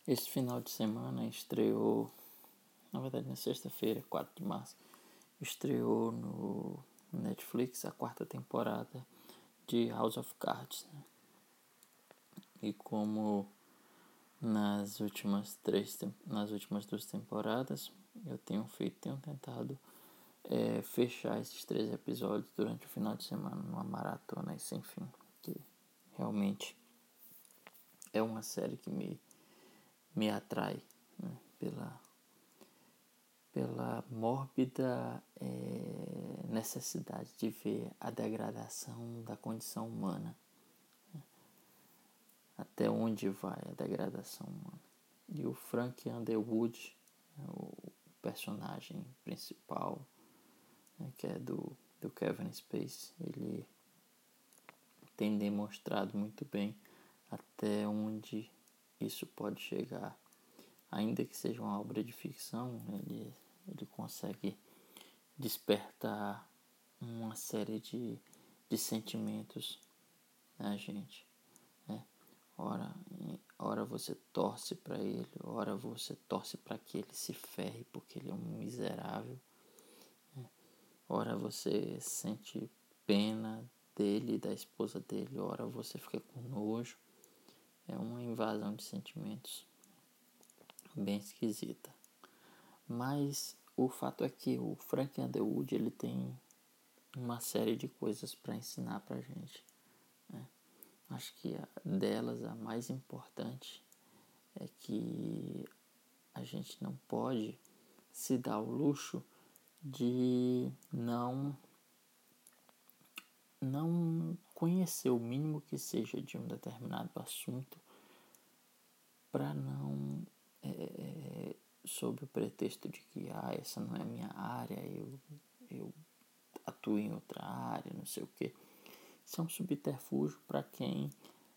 Esse final de semana estreou, na verdade na sexta-feira, 4 de março, estreou no Netflix a quarta temporada de House of Cards. Né? E como nas últimas duas temporadas, eu tenho tentado fechar esses 3 episódios durante o final de semana, numa maratona e sem fim. Que realmente é uma série que me atrai, né? Pela mórbida necessidade de ver a degradação da condição humana. Até onde vai a degradação humana. E o Frank Underwood, o personagem principal, que é do Kevin Spacey, ele tem demonstrado muito bem até onde isso pode chegar. Ainda que seja uma obra de ficção, ele consegue despertar uma série de sentimentos na gente. Né? Ora você torce para ele, ora você torce para que ele se ferre porque ele é um miserável. Né? Ora você sente pena dele e da esposa dele, ora você fica com nojo. É uma invasão de sentimentos bem esquisita. Mas o fato é que o Frank Underwood ele tem uma série de coisas para ensinar pra gente. Né? Acho que delas a mais importante é que a gente não pode se dar o luxo de não conhecer o mínimo que seja de um determinado assunto para não sob o pretexto de que essa não é a minha área, eu atuo em outra área, não sei o que. Isso é um subterfúgio para quem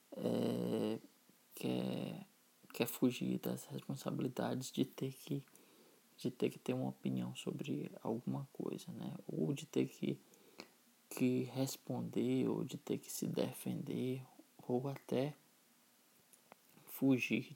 quer fugir das responsabilidades de ter que ter uma opinião sobre alguma coisa, né? Ou de ter que responder, ou de ter que se defender, ou até fugir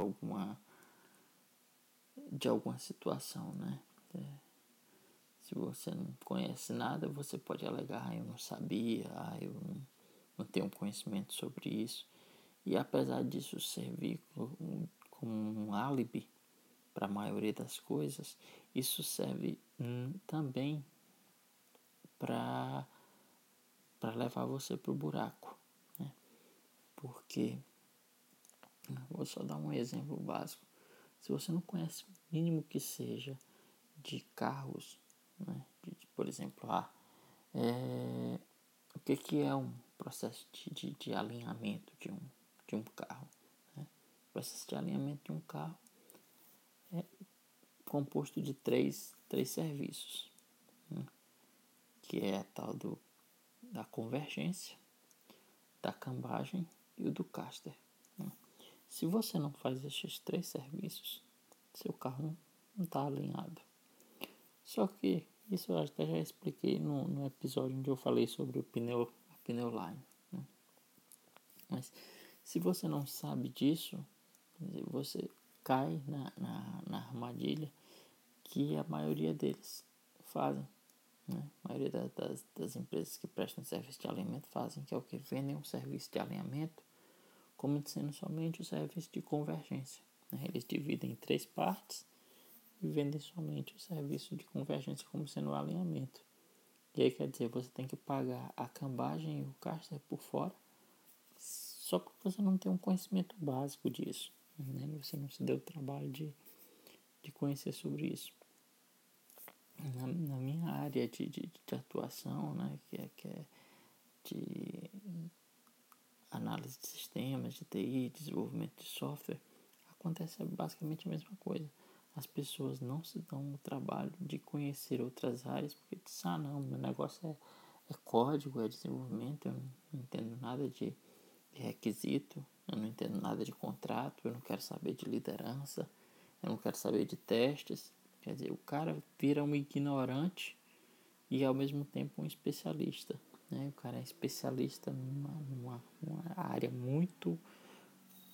de alguma situação, né? Se você não conhece nada, você pode alegar, eu não sabia, eu não tenho conhecimento sobre isso. E apesar disso servir como um álibi para a maioria das coisas, isso serve também para levar você para o buraco. Né? Porque, vou só dar um exemplo básico. Se você não conhece o mínimo que seja de carros, né? Por exemplo, o que é um processo de alinhamento de um carro? Né? O processo de alinhamento de um carro é composto de três serviços, né? Que é a tal da convergência, da cambagem e o do caster. Né? Se você não faz esses 3 serviços, seu carro não está alinhado. Só que isso eu até já expliquei no episódio onde eu falei sobre a pneu line. Né? Mas se você não sabe disso, você cai na armadilha que a maioria deles fazem. Né? A maioria das empresas que prestam serviço de alinhamento fazem, que é o que? Vendem um serviço de alinhamento como sendo somente o serviço de convergência. Né? Eles dividem em 3 partes e vendem somente o serviço de convergência como sendo o alinhamento. E aí quer dizer, você tem que pagar a cambagem e o caster por fora só porque você não tem um conhecimento básico disso. Né? Você não se deu o trabalho de conhecer sobre isso. Na minha área de atuação, né, que é de análise de sistemas, de TI, desenvolvimento de software, acontece basicamente a mesma coisa. As pessoas não se dão o trabalho de conhecer outras áreas porque dizem, não, meu negócio é código, é desenvolvimento, eu não entendo nada de requisito, eu não entendo nada de contrato, eu não quero saber de liderança, eu não quero saber de testes. Quer dizer, o cara vira um ignorante e ao mesmo tempo um especialista. Né? O cara é especialista numa área muito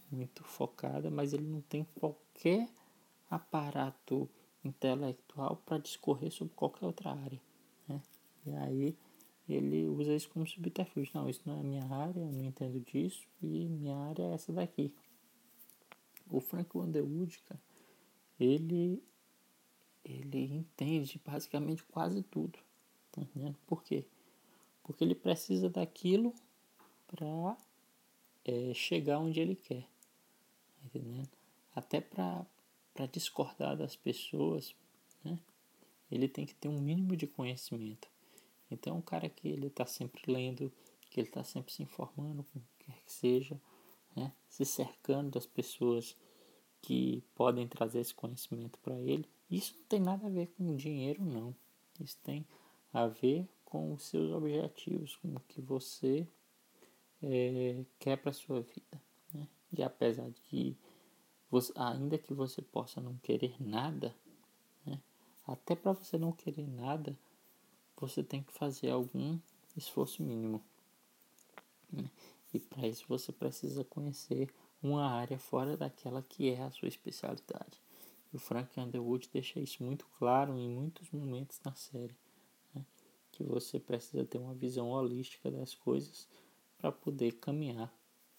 muito focada, mas ele não tem qualquer aparato intelectual para discorrer sobre qualquer outra área, né? E aí ele usa isso como subterfúgio. Não, isso não é minha área, eu não entendo disso e minha área é essa daqui. O Frank Underwood, cara, ele entende basicamente quase tudo, tá entendendo? Por quê? Porque ele precisa daquilo para chegar onde ele quer, tá entendendo? Até para discordar das pessoas, né? Ele tem que ter um mínimo de conhecimento. Então, é um cara que ele está sempre lendo, que ele está sempre se informando com o que quer que seja, né? Se cercando das pessoas que podem trazer esse conhecimento para ele. Isso não tem nada a ver com dinheiro, não. Isso tem a ver com os seus objetivos, com o que você quer para a sua vida, né? E apesar de que ainda que você possa não querer nada, né? Até para você não querer nada, você tem que fazer algum esforço mínimo, né? E para isso você precisa conhecer uma área fora daquela que é a sua especialidade. E o Frank Underwood deixa isso muito claro em muitos momentos na série, né? Que você precisa ter uma visão holística das coisas para poder caminhar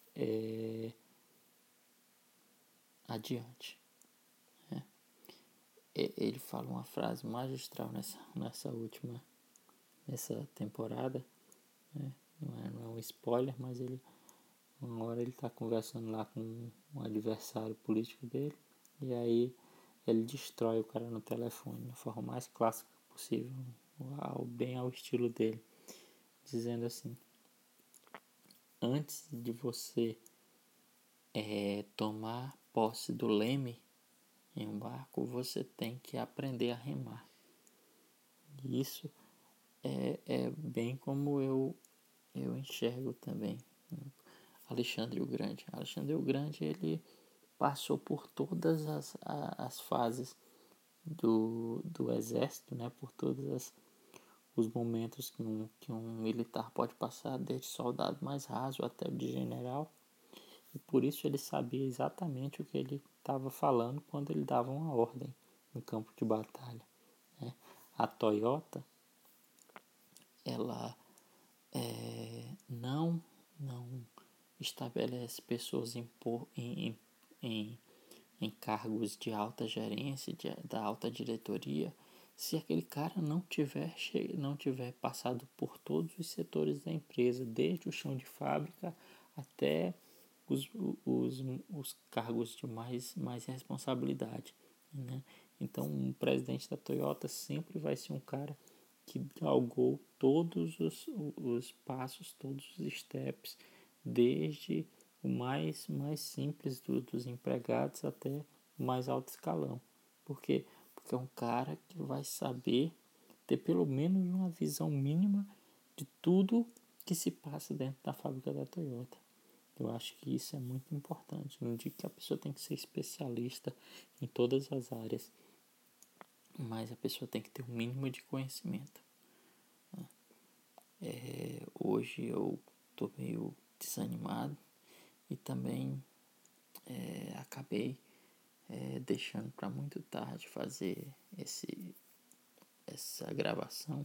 adiante, né? Ele fala uma frase magistral nessa temporada, né? Não é um spoiler, mas uma hora ele está conversando lá com um adversário político dele e aí ele destrói o cara no telefone da forma mais clássica possível, bem ao estilo dele, dizendo assim: antes de você tomar posse do leme em um barco, você tem que aprender a remar. E isso é bem como eu enxergo também Alexandre o Grande. Alexandre o Grande, ele passou por todas as fases do exército, né? Por todos os momentos que um militar pode passar, desde soldado mais raso até de general. E por isso ele sabia exatamente o que ele estava falando quando ele dava uma ordem no campo de batalha, né? A Toyota, ela não estabelece pessoas em cargos de alta gerência, da alta diretoria, se aquele cara não tiver passado por todos os setores da empresa, desde o chão de fábrica até os, os cargos de mais responsabilidade, né? Então, o presidente da Toyota sempre vai ser um cara que galgou todos os passos, todos os steps, desde o mais simples dos empregados até o mais alto escalão. Por quê? Porque é um cara que vai saber ter pelo menos uma visão mínima de tudo que se passa dentro da fábrica da Toyota. Eu acho que isso é muito importante. Não digo que a pessoa tem que ser especialista em todas as áreas, mas a pessoa tem que ter um mínimo de conhecimento. Hoje eu estou meio desanimado e também acabei deixando para muito tarde fazer essa gravação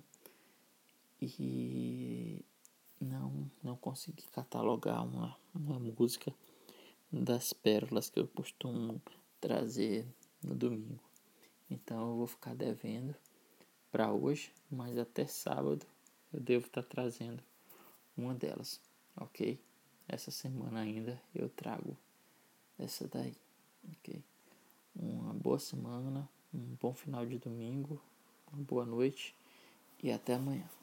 e não consegui catalogar uma música das pérolas que eu costumo trazer no domingo. Então eu vou ficar devendo para hoje, mas até sábado eu devo estar trazendo uma delas, ok? Essa semana ainda eu trago essa daí, ok? Uma boa semana, um bom final de domingo, uma boa noite e até amanhã.